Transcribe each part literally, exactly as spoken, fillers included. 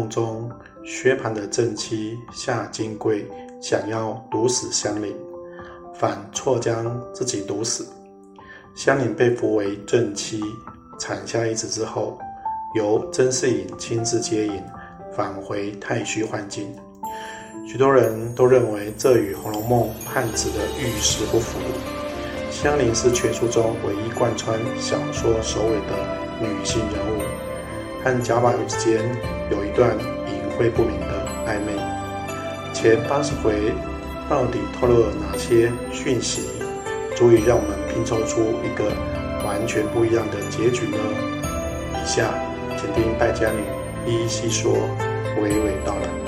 梦》中，薛蟠的正妻夏金桂想要毒死香菱，反错将自己毒死。香菱被扶为正妻，产下一子之后，由甄士隐亲自接引，返回太虚幻境。许多人都认为这与《红楼梦》判词的寓事不符。香菱是全书中唯一贯穿小说首尾的女性人物，和贾宝玉之间有一段隐晦不明的暧昧。前八十回到底透露了哪些讯息，足以让我们拼凑出一个完全不一样的结局呢？以下请听败家女一一细说，娓娓道来。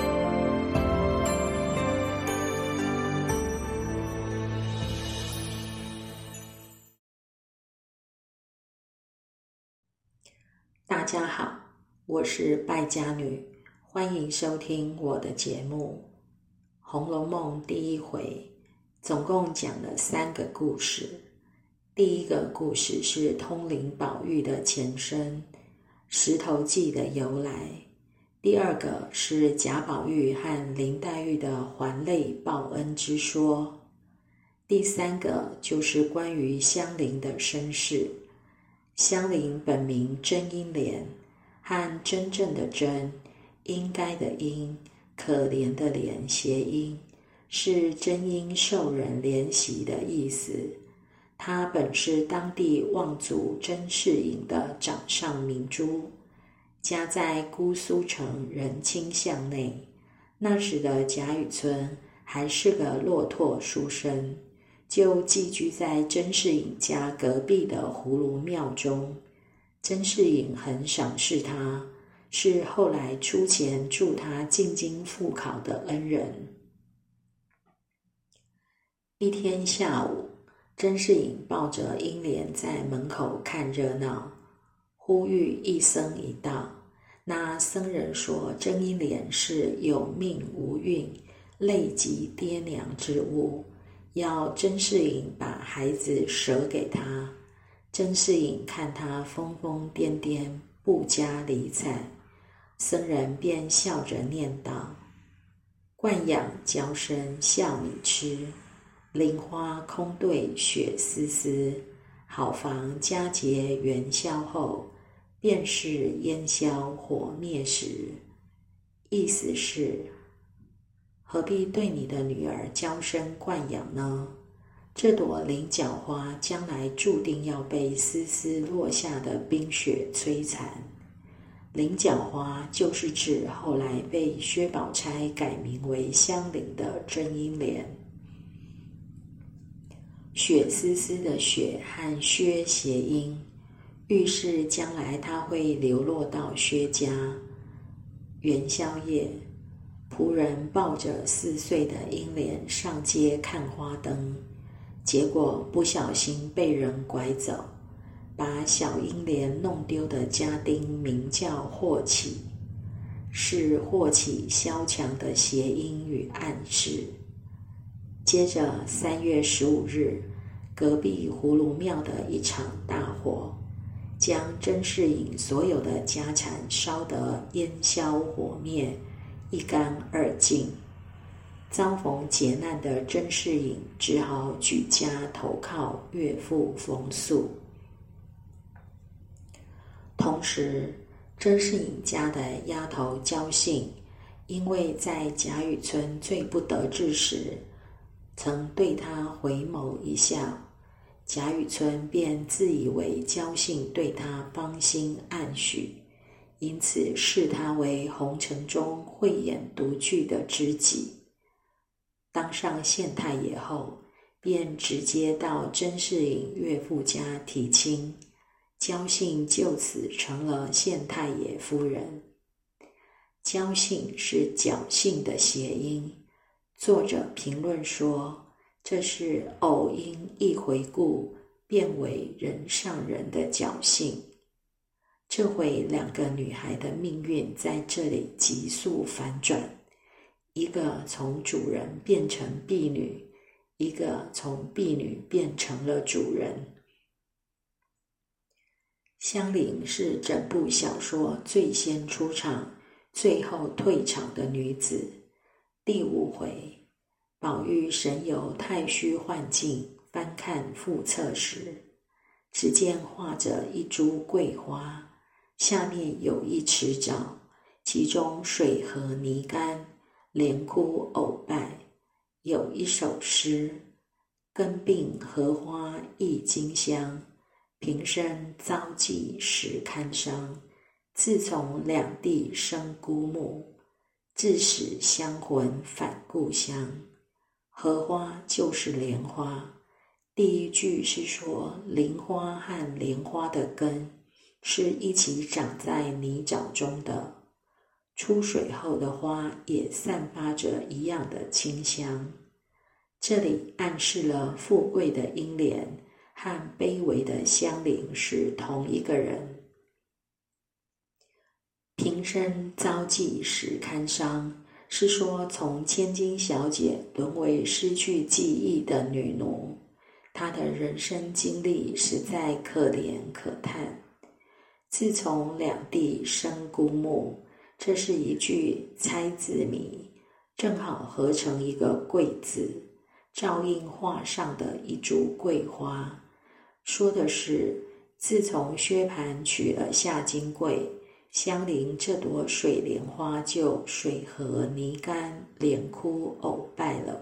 大家好，我是败家女，欢迎收听我的节目《红楼梦》第一回，总共讲了三个故事。第一个故事是通灵宝玉的前身，石头记的由来。第二个是贾宝玉和林黛玉的还泪报恩之说。第三个就是关于香菱的身世。香菱本名甄英莲，和真正的真、应该的应、可怜的怜谐音，是真应受人怜惜的意思。她本是当地望族甄士隐的掌上明珠，家在姑苏城仁清巷内。那时的贾雨村还是个落拓书生，就寄居在甄士隐家隔壁的葫芦庙中。甄士隐很赏识他，是后来出钱助他进京复考的恩人。一天下午，甄士隐抱着英莲在门口看热闹，忽遇一僧一道。那僧人说甄英莲是有命无运，累及爹娘之物，要甄士隐把孩子舍给他。甄士隐看他疯疯癫癫，不加理睬，僧人便笑着念道：惯养娇生笑你痴，菱花空对雪丝丝，好房佳节元宵后，便是烟消火灭时。意思是，何必对你的女儿娇生惯养呢？这朵菱角花将来注定要被丝丝落下的冰雪摧残。菱角花就是指后来被薛宝钗改名为香菱的甄英莲。雪丝丝的雪和薛谐音，预示将来她会流落到薛家。元宵夜，仆人抱着四岁的英莲上街看花灯，结果不小心被人拐走，把小英莲弄丢的家丁名叫霍启，是霍启萧墙的谐音与暗示。接着三月十五日，隔壁葫芦庙的一场大火，将甄士隐所有的家产烧得烟消火灭，一干二净。遭逢劫难的甄士隐只好举家投靠岳父冯素。同时，甄士隐家的丫头焦杏，因为在贾雨村最不得志时，曾对他回眸一笑，贾雨村便自以为焦杏对他芳心暗许，因此视他为红尘中慧眼独具的知己。当上县太爷后，便直接到甄士隐岳父家提亲，焦杏就此成了县太爷夫人。焦杏是侥幸的谐音，作者评论说，这是偶因一回顾，变为人上人的侥幸。这回两个女孩的命运在这里急速反转，一个从主人变成婢女，一个从婢女变成了主人。香菱是整部小说最先出场， 最后退场的女子。第五回，宝玉神游太虚幻境，翻看复册时，只见画着一株桂花，下面有一池沼，其中水和泥干，莲枯藕败。有一首诗：根病荷花益金香，平生遭际时堪伤。自从两地生孤木，致使香魂返故乡。荷花就是莲花，第一句是说菱花和莲花的根是一起长在泥沼中的，出水后的花也散发着一样的清香。这里暗示了富贵的英莲和卑微的香菱是同一个人。平生遭际时堪伤，是说从千金小姐沦为失去记忆的女奴，她的人生经历实在可怜可叹。自从两地生孤木，这是一句猜字谜，正好合成一个桂字，照应画上的一株桂花。说的是自从薛蟠娶了夏金桂，香菱这朵水莲花就水和泥干，莲枯藕败了。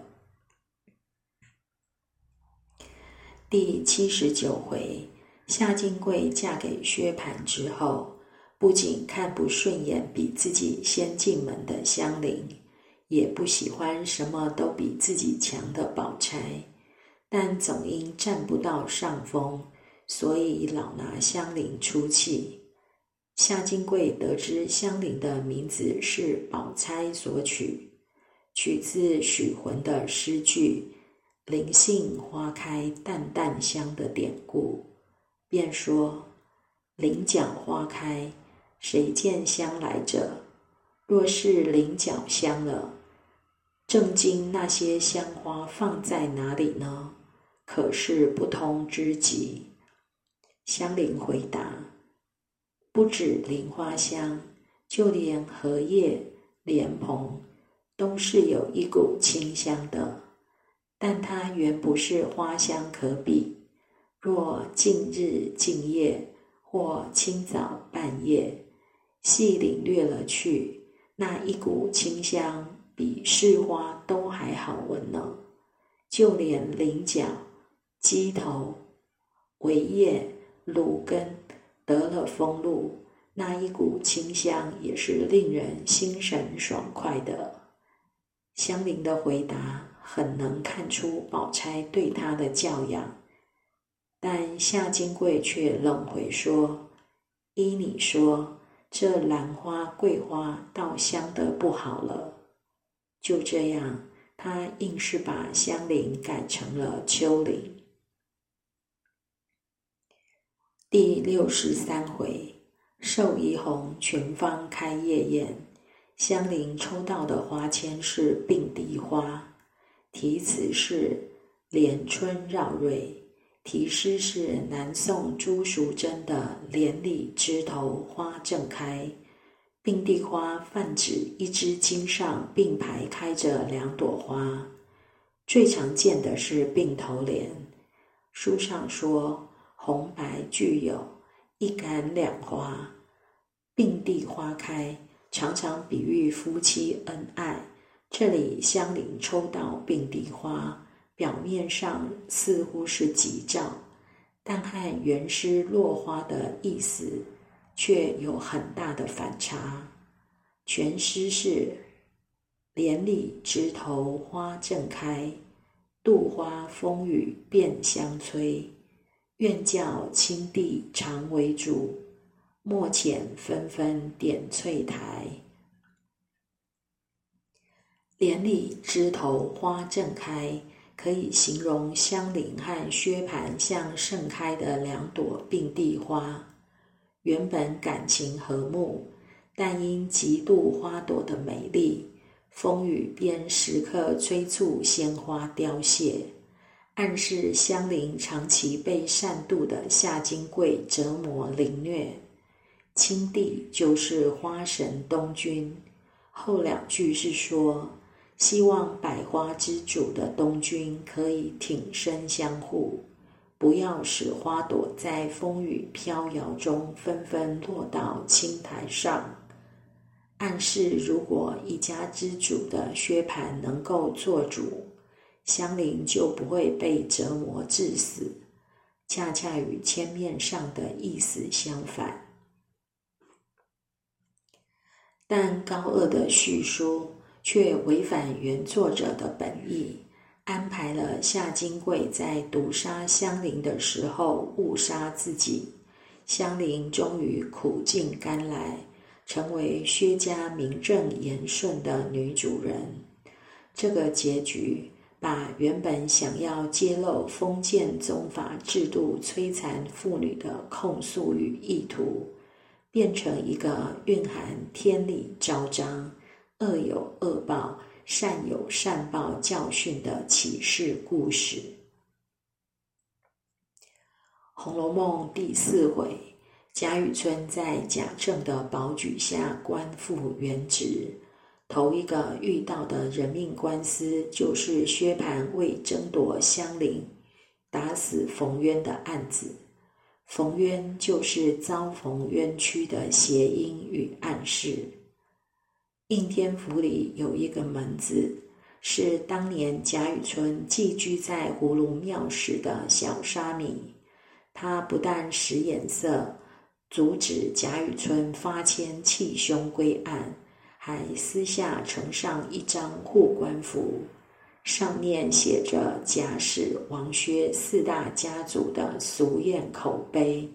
第七十九回，夏金桂嫁给薛蟠之后，不仅看不顺眼比自己先进门的香菱，也不喜欢什么都比自己强的宝钗，但总因占不到上风，所以老拿香菱出气。夏金桂得知香菱的名字是宝钗所取，取自许浑的诗句菱杏花开淡淡香的典故，便说菱角花开，谁见香来着？若是菱角香了，正经那些香花放在哪里呢？可是不通之极。香菱回答，不止菱花香，就连荷叶、莲蓬都是有一股清香的，但它原不是花香可比。若近日近夜或清早半夜，细领略了去，那一股清香比市花都还好闻呢。就连菱角、鸡头、维叶、芦根得了风露，那一股清香也是令人心神爽快的。香菱的回答很能看出宝钗对她的教养，但夏金桂却冷回说，依你说，这兰花桂花倒香得不好了。就这样，他硬是把香菱改成了秋菱。第六十三回，寿怡红群芳开夜宴，香菱抽到的花签是并蒂花，题词是连春绕瑞，题诗是南宋朱淑珍的连理枝头花正开。并蒂花泛指一枝茎上并排开着两朵花，最常见的是并头莲。书上说红白俱有，一杆两花。并蒂花开常常比喻夫妻恩爱，这里香菱抽到并蒂花，表面上似乎是吉兆，但和原诗落花的意思却有很大的反差。全诗是连理枝头花正开，杜花风雨变香催，愿教清地常为主，莫遣纷纷点翠台。连理枝头花正开可以形容香菱和薛蟠像盛开的两朵并蒂花，原本感情和睦，但因嫉妒花朵的美丽，风雨便时刻催促鲜花凋谢，暗示香菱长期被善妒的夏金桂折磨凌虐。 青帝就是花神东君。后两句是说，希望百花之主的东君可以挺身相护，不要使花朵在风雨飘摇中纷纷落到青苔上。暗示如果一家之主的薛蟠能够做主，香菱就不会被折磨致死，恰恰与签面上的意思相反。但高鹗的叙书却违反原作者的本意，安排了夏金桂在毒杀香菱的时候误杀自己，香菱终于苦尽甘来，成为薛家名正言顺的女主人。这个结局把原本想要揭露封建宗法制度摧残妇女的控诉与意图，变成一个蕴含天理昭彰、恶有恶报、善有善报教训的启示故事。红楼梦第四回，贾雨村在贾政的保举下官复原职，头一个遇到的人命官司就是薛蟠为争夺香菱打死冯渊的案子。冯渊就是遭逢冤屈的谐音与暗示。应天府里有一个门子，是当年贾雨村寄居在葫芦庙时的小沙弥，他不但使眼色阻止贾雨村发签弃凶归案，还私下呈上一张护官符，上面写着贾史王薛四大家族的俗谚口碑，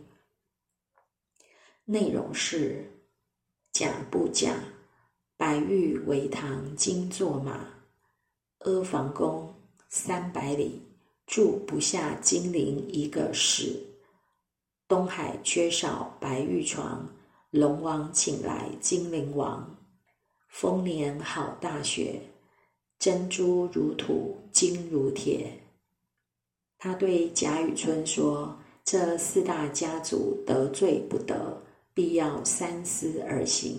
内容是：假不假，白玉为堂金作马，阿房宫三百里，住不下金陵一个史。东海缺少白玉床，龙王请来金陵王。丰年好大雪，珍珠如土，金如铁。他对贾雨村说，这四大家族得罪不得，必要三思而行。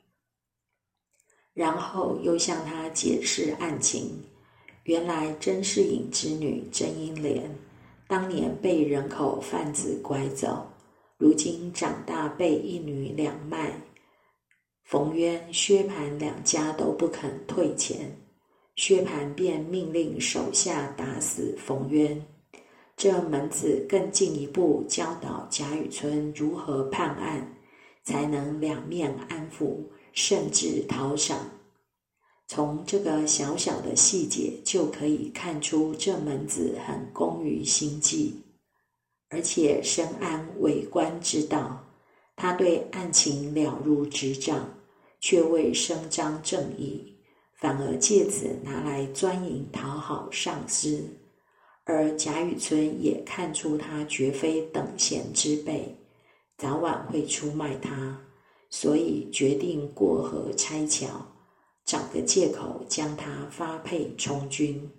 然后又向他解释案情，原来甄士隐之女甄英莲当年被人口贩子拐走，如今长大被一女两卖，冯渊、薛蟠两家都不肯退钱，薛蟠便命令手下打死冯渊。这门子更进一步教导贾雨村如何判案，才能两面安抚，甚至讨赏。从这个小小的细节就可以看出这门子很工于心计，而且深谙为官之道。他对案情了如指掌，却未声张正义，反而借此拿来钻营讨好上司。而贾雨村也看出他绝非等闲之辈，早晚会出卖他，所以决定过河拆桥，找个借口将他发配充军。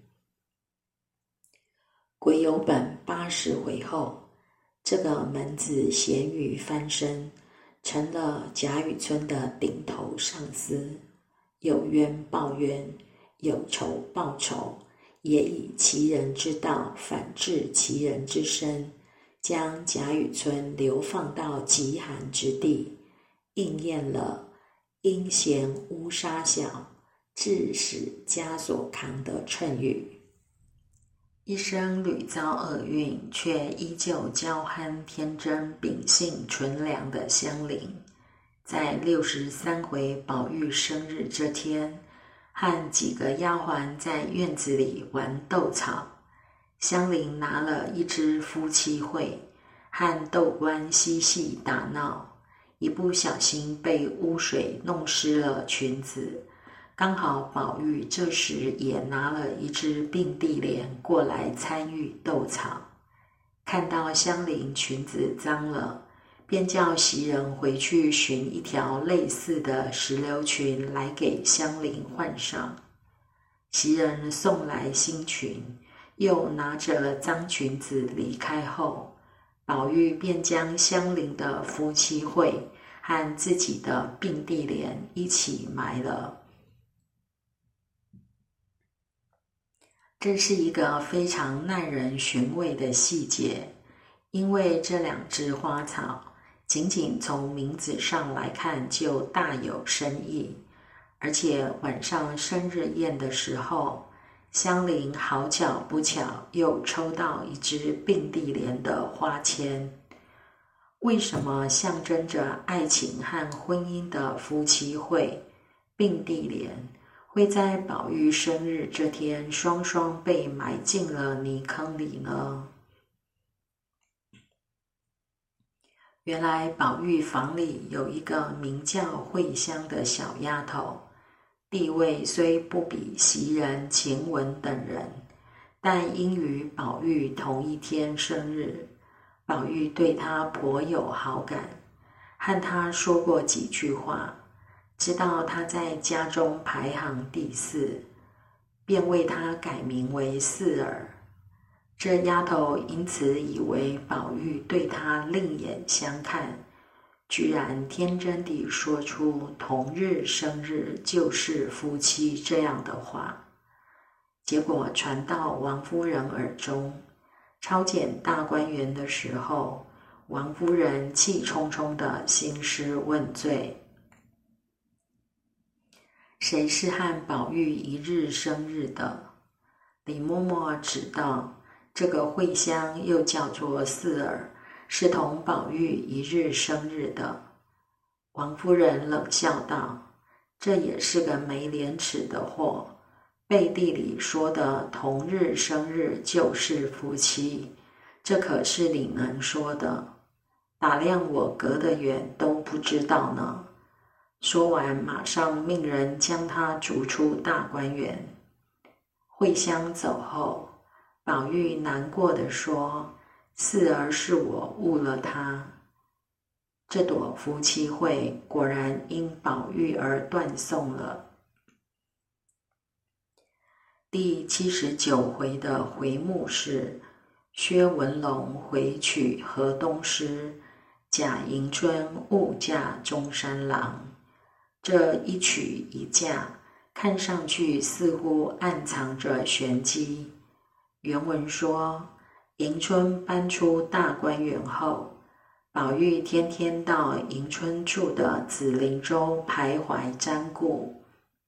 癸酉本八十回后，这个门子咸鱼翻身，成了贾雨村的顶头上司，有冤报冤，有仇报仇，也以其人之道反治其人之身，将贾雨村流放到极寒之地，应验了阴险乌纱小，致使枷锁扛的谶语。一生屡遭厄运，却依旧娇憨天真、秉性纯良的香菱，在六十三回宝玉生日这天，和几个丫鬟在院子里玩斗草。香菱拿了一支夫妻会，和斗官嬉戏打闹，一不小心被污水弄湿了裙子。刚好宝玉这时也拿了一支并蒂莲过来参与斗草，看到香菱裙子脏了，便叫袭人回去寻一条类似的石榴裙来给香菱换上。袭人送来新裙，又拿着脏裙子离开后，宝玉便将香菱的夫妻会和自己的并蒂莲一起埋了。这是一个非常耐人寻味的细节，因为这两枝花草仅仅从名字上来看就大有深意，而且晚上生日宴的时候，香菱好巧不巧又抽到一支并蒂莲的花签。为什么象征着爱情和婚姻的夫妻会并蒂莲会在宝玉生日这天双双被埋进了泥坑里呢？原来宝玉房里有一个名叫慧香的小丫头，地位虽不比袭人、晴雯等人，但因与宝玉同一天生日，宝玉对她颇有好感，和她说过几句话，知道她在家中排行第四，便为她改名为四儿。这丫头因此以为宝玉对她另眼相看，居然天真地说出同日生日就是夫妻这样的话。结果传到王夫人耳中，抄检大观园的时候，王夫人气冲冲地兴师问罪：谁是和宝玉一日生日的？李嬷嬷指道，这个慧香又叫做四儿，是同宝玉一日生日的。王夫人冷笑道：这也是个没廉耻的货，背地里说的同日生日就是夫妻，这可是你能说的？打量我隔得远都不知道呢。说完马上命人将他逐出大观园。慧香走后，宝玉难过地说：四儿是我误了他。这朵夫妻会果然因宝玉而断送了。第七十九回的回目是薛文龙回娶河东狮，贾迎春误嫁中山狼。这一娶一嫁，看上去似乎暗藏着玄机。原文说，迎春搬出大观园后，宝玉天天到迎春住的紫菱洲徘徊瞻顾。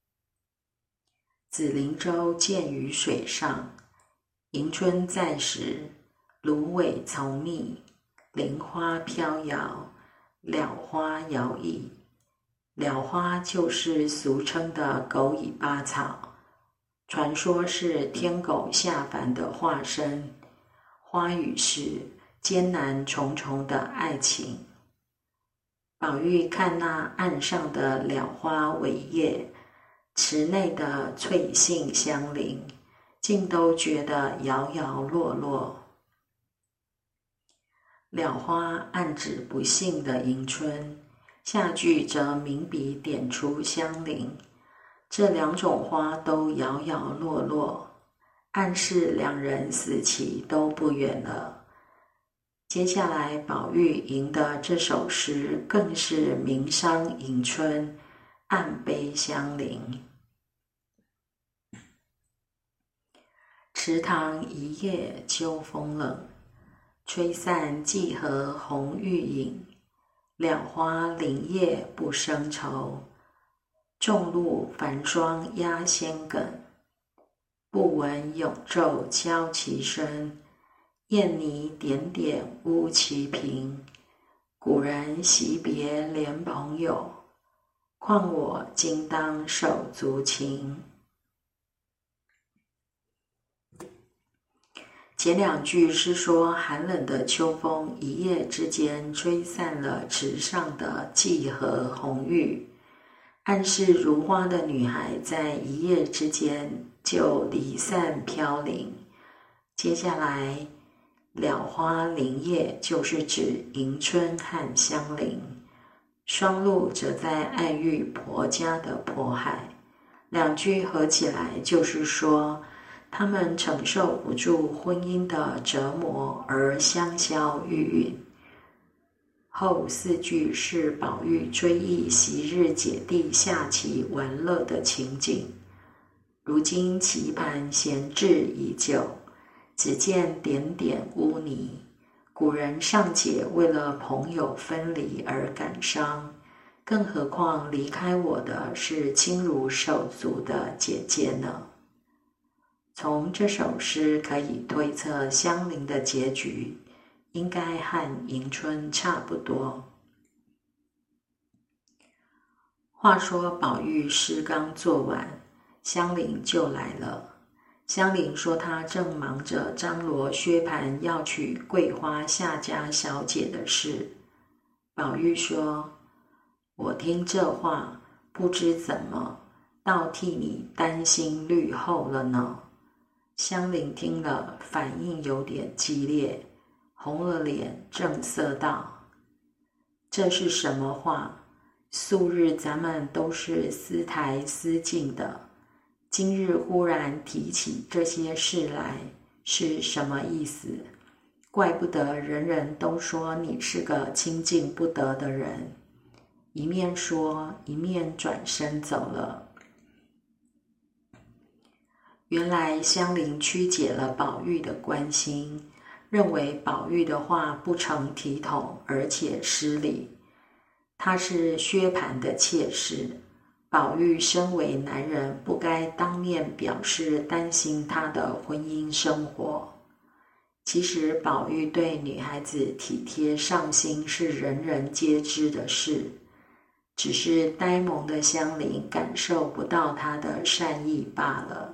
紫菱洲建于水上，迎春在时，芦苇丛密，菱花飘摇，蓼花摇曳。蓼花就是俗称的狗尾巴草，传说是天狗下凡的化身，花语是艰难重重的爱情。宝玉看那岸上的蓼花尾叶，池内的翠杏相邻，竟都觉得摇摇落落。蓼花暗指不幸的迎春，下句则明笔点出相邻，这两种花都摇摇落落，暗示两人死期都不远了。接下来宝玉吟的这首诗更是明伤迎春，暗悲相邻。池塘一夜秋风冷，吹散芰荷红玉影。蓼花林叶不生愁，众路繁霜压仙梗。不闻永昼敲其声，燕泥点点乌其平。古人惜别怜朋友，况我今当手足情。前两句是说寒冷的秋风一夜之间吹散了池上的芰荷红玉，暗示如花的女孩在一夜之间就离散飘零。接下来蓼花林叶就是指迎春和香菱，双鹿则在爱玉婆家的婆海。两句合起来就是说，他们承受不住婚姻的折磨而香消玉殒。 后四句是宝玉追忆昔日姐弟下棋玩乐的情景。如今棋盘闲置已久，只见点点污泥。古人尚且为了朋友分离而感伤，更何况离开我的是亲如手足的姐姐呢？从这首诗可以推测，香菱的结局应该和迎春差不多。话说宝玉诗刚做完，香菱就来了。香菱说她正忙着张罗薛蟠要娶桂花下家小姐的事。宝玉说：我听这话，不知怎么倒替你担心虑后了呢。香菱听了，反应有点激烈，红了脸，正色道：这是什么话？素日咱们都是私台私进的，今日忽然提起这些事来，是什么意思？怪不得人人都说你是个清净不得的人。一面说，一面转身走了。原来香菱曲解了宝玉的关心，认为宝玉的话不成体统，而且失礼。他是薛蟠的妾室，宝玉身为男人，不该当面表示担心他的婚姻生活。其实宝玉对女孩子体贴上心是人人皆知的事，只是呆萌的香菱感受不到他的善意罢了。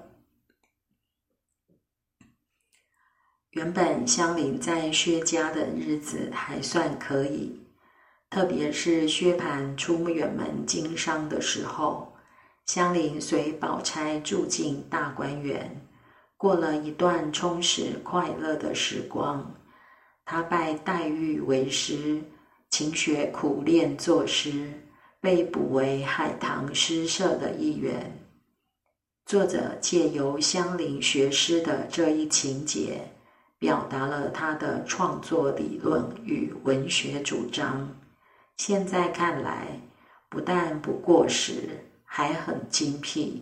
原本香菱在薛家的日子还算可以，特别是薛蟠出远门经商的时候，香菱随宝钗住进大观园，过了一段充实快乐的时光。她拜黛玉为师，勤学苦练作诗，被补为海棠诗社的一员。作者借由香菱学诗的这一情节，表达了他的创作理论与文学主张。现在看来，不但不过时，还很精辟。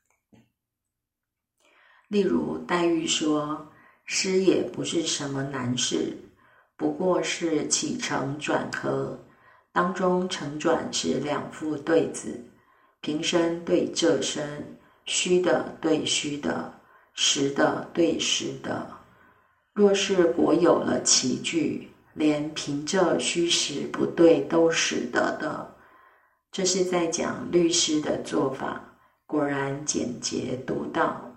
例如黛玉说，诗也不是什么难事，不过是起承转合，当中承转是两副对子，平声对仄声，虚的对虚的，实的对实的。若是果有了奇句，连平仄虚实不对都使得的，这是在讲律诗的做法，果然简洁独到。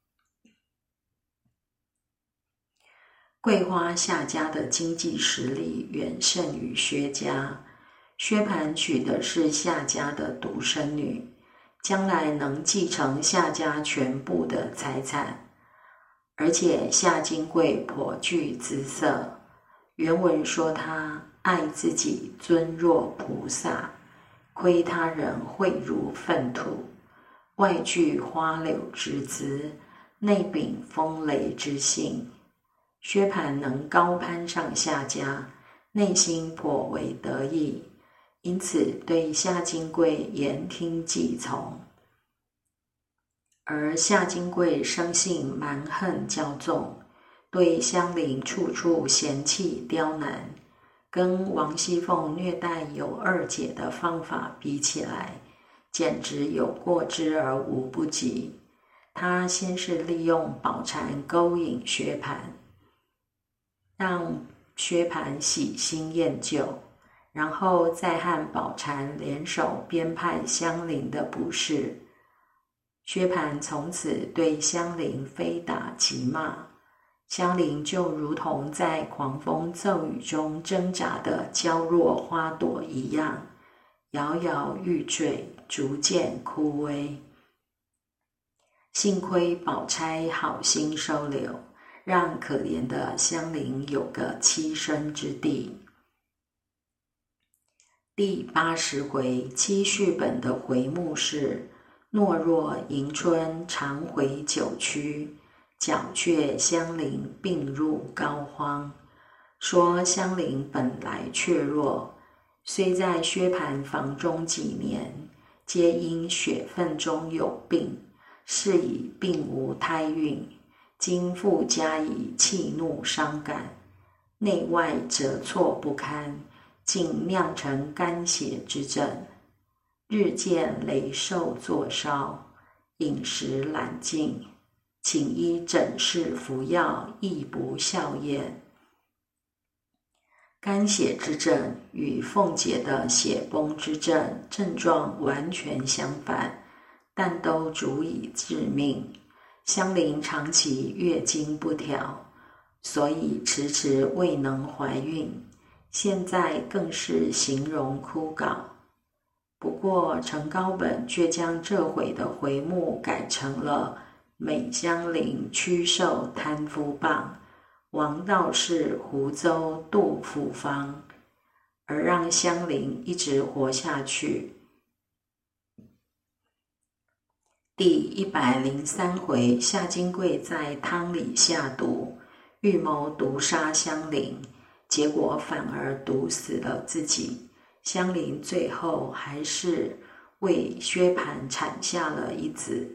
桂花下家的经济实力远胜于薛家，薛蟠娶的是下家的独生女，将来能继承下家全部的财产。而且夏金桂颇具姿色，原文说她爱自己尊若菩萨，亏他人慧如粪土，外具花柳之姿，内秉风雷之性。薛蟠能高攀上下家，内心颇为得意，因此对夏金桂言听计从。而夏金桂生性蛮横骄纵，对香菱处处嫌弃刁难，跟王熙凤虐待尤二姐的方法比起来，简直有过之而无不及。他先是利用宝钗勾引薛蟠，让薛蟠喜新厌旧，然后再和宝钗联手编排香菱的不是。薛蟠从此对香菱非打即骂，香菱就如同在狂风骤雨中挣扎的娇弱花朵一样，摇摇欲坠，逐渐枯萎。幸亏宝钗好心收留，让可怜的香菱有个栖身之地。第八十回七序本的回目是懦弱迎春常回九曲，皎却香菱病入膏肓。说香菱本来怯弱， 虽在薛蟠房中几年，皆因血分中有病，是以并无胎孕，今复加以气怒伤感，内外折挫不堪，竟酿成肝血之症。日渐雷受作烧，饮食懒进，请医诊室服药，亦不效验。肝血之症与凤姐的血崩之症症状完全相反，但都足以致命。香菱长期月经不调，所以迟迟未能怀孕，现在更是形容枯槁。不过程高本却将这回的回目改成了美香菱屈受贪夫棒，王道士湖州杜甫方，而让香菱一直活下去。第一百零三回，夏金桂在汤里下毒，预谋毒杀香菱，结果反而毒死了自己。香菱最后还是为薛蟠产下了一子。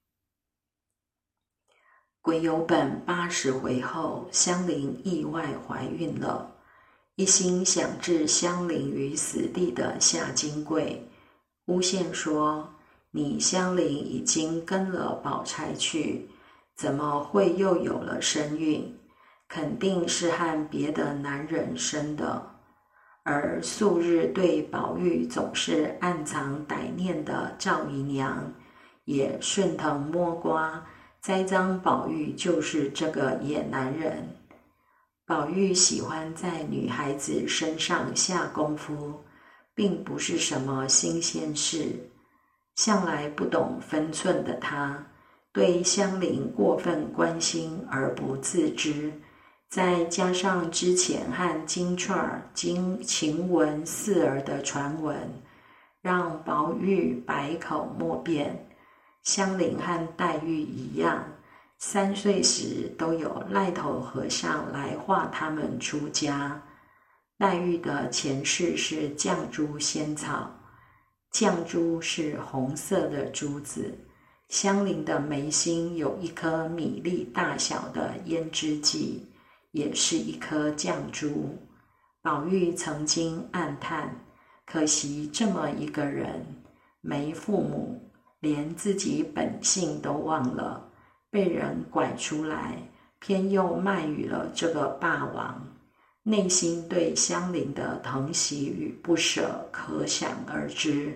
癸酉本八十回后，香菱意外怀孕了，一心想置香菱于死地的夏金桂诬陷说，你香菱已经跟了宝钗去，怎么会又有了身孕？肯定是和别的男人生的。而素日对宝玉总是暗藏歹念的赵姨娘，也顺藤摸瓜，栽赃宝玉就是这个野男人。宝玉喜欢在女孩子身上下功夫，并不是什么新鲜事。向来不懂分寸的他，对香菱过分关心而不自知，再加上之前和金钏儿、金晴雯四儿的传闻，让宝玉百口莫辩。香菱和黛玉一样，三岁时都有赖头和尚来化他们出家。黛玉的前世是绛珠仙草，绛珠是红色的珠子，香菱的眉心有一颗米粒大小的胭脂剂，也是一颗绛珠。宝玉曾经暗叹，可惜这么一个人，没父母，连自己本性都忘了，被人拐出来，偏又卖与了这个霸王，内心对香菱的疼惜与不舍可想而知。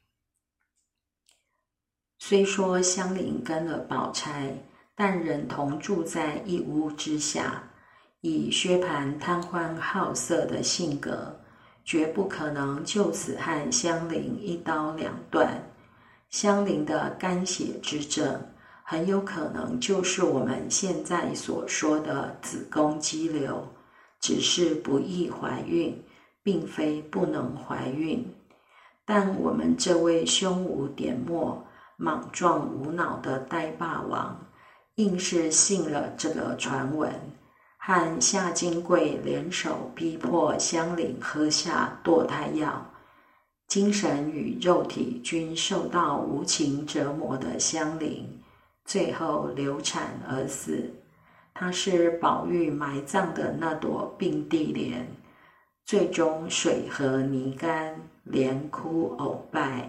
虽说香菱跟了宝钗，但仍同住在一屋之下，以薛蟠贪欢好色的性格，绝不可能就此和香菱一刀两断。香菱的肝血之症，很有可能就是我们现在所说的子宫肌瘤，只是不易怀孕，并非不能怀孕。但我们这位胸无点墨、莽撞无脑的呆霸王，硬是信了这个传闻，和夏金桂联手逼迫香菱喝下堕胎药，精神与肉体均受到无情折磨的香菱，最后流产而死。她是宝玉埋葬的那朵并蒂莲，最终水和泥干，连哭偶败。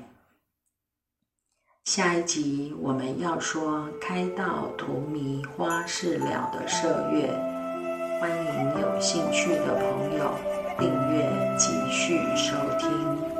下一集我们要说开道荼蘼花事了的麝月，欢迎有兴趣的朋友订阅继续收听。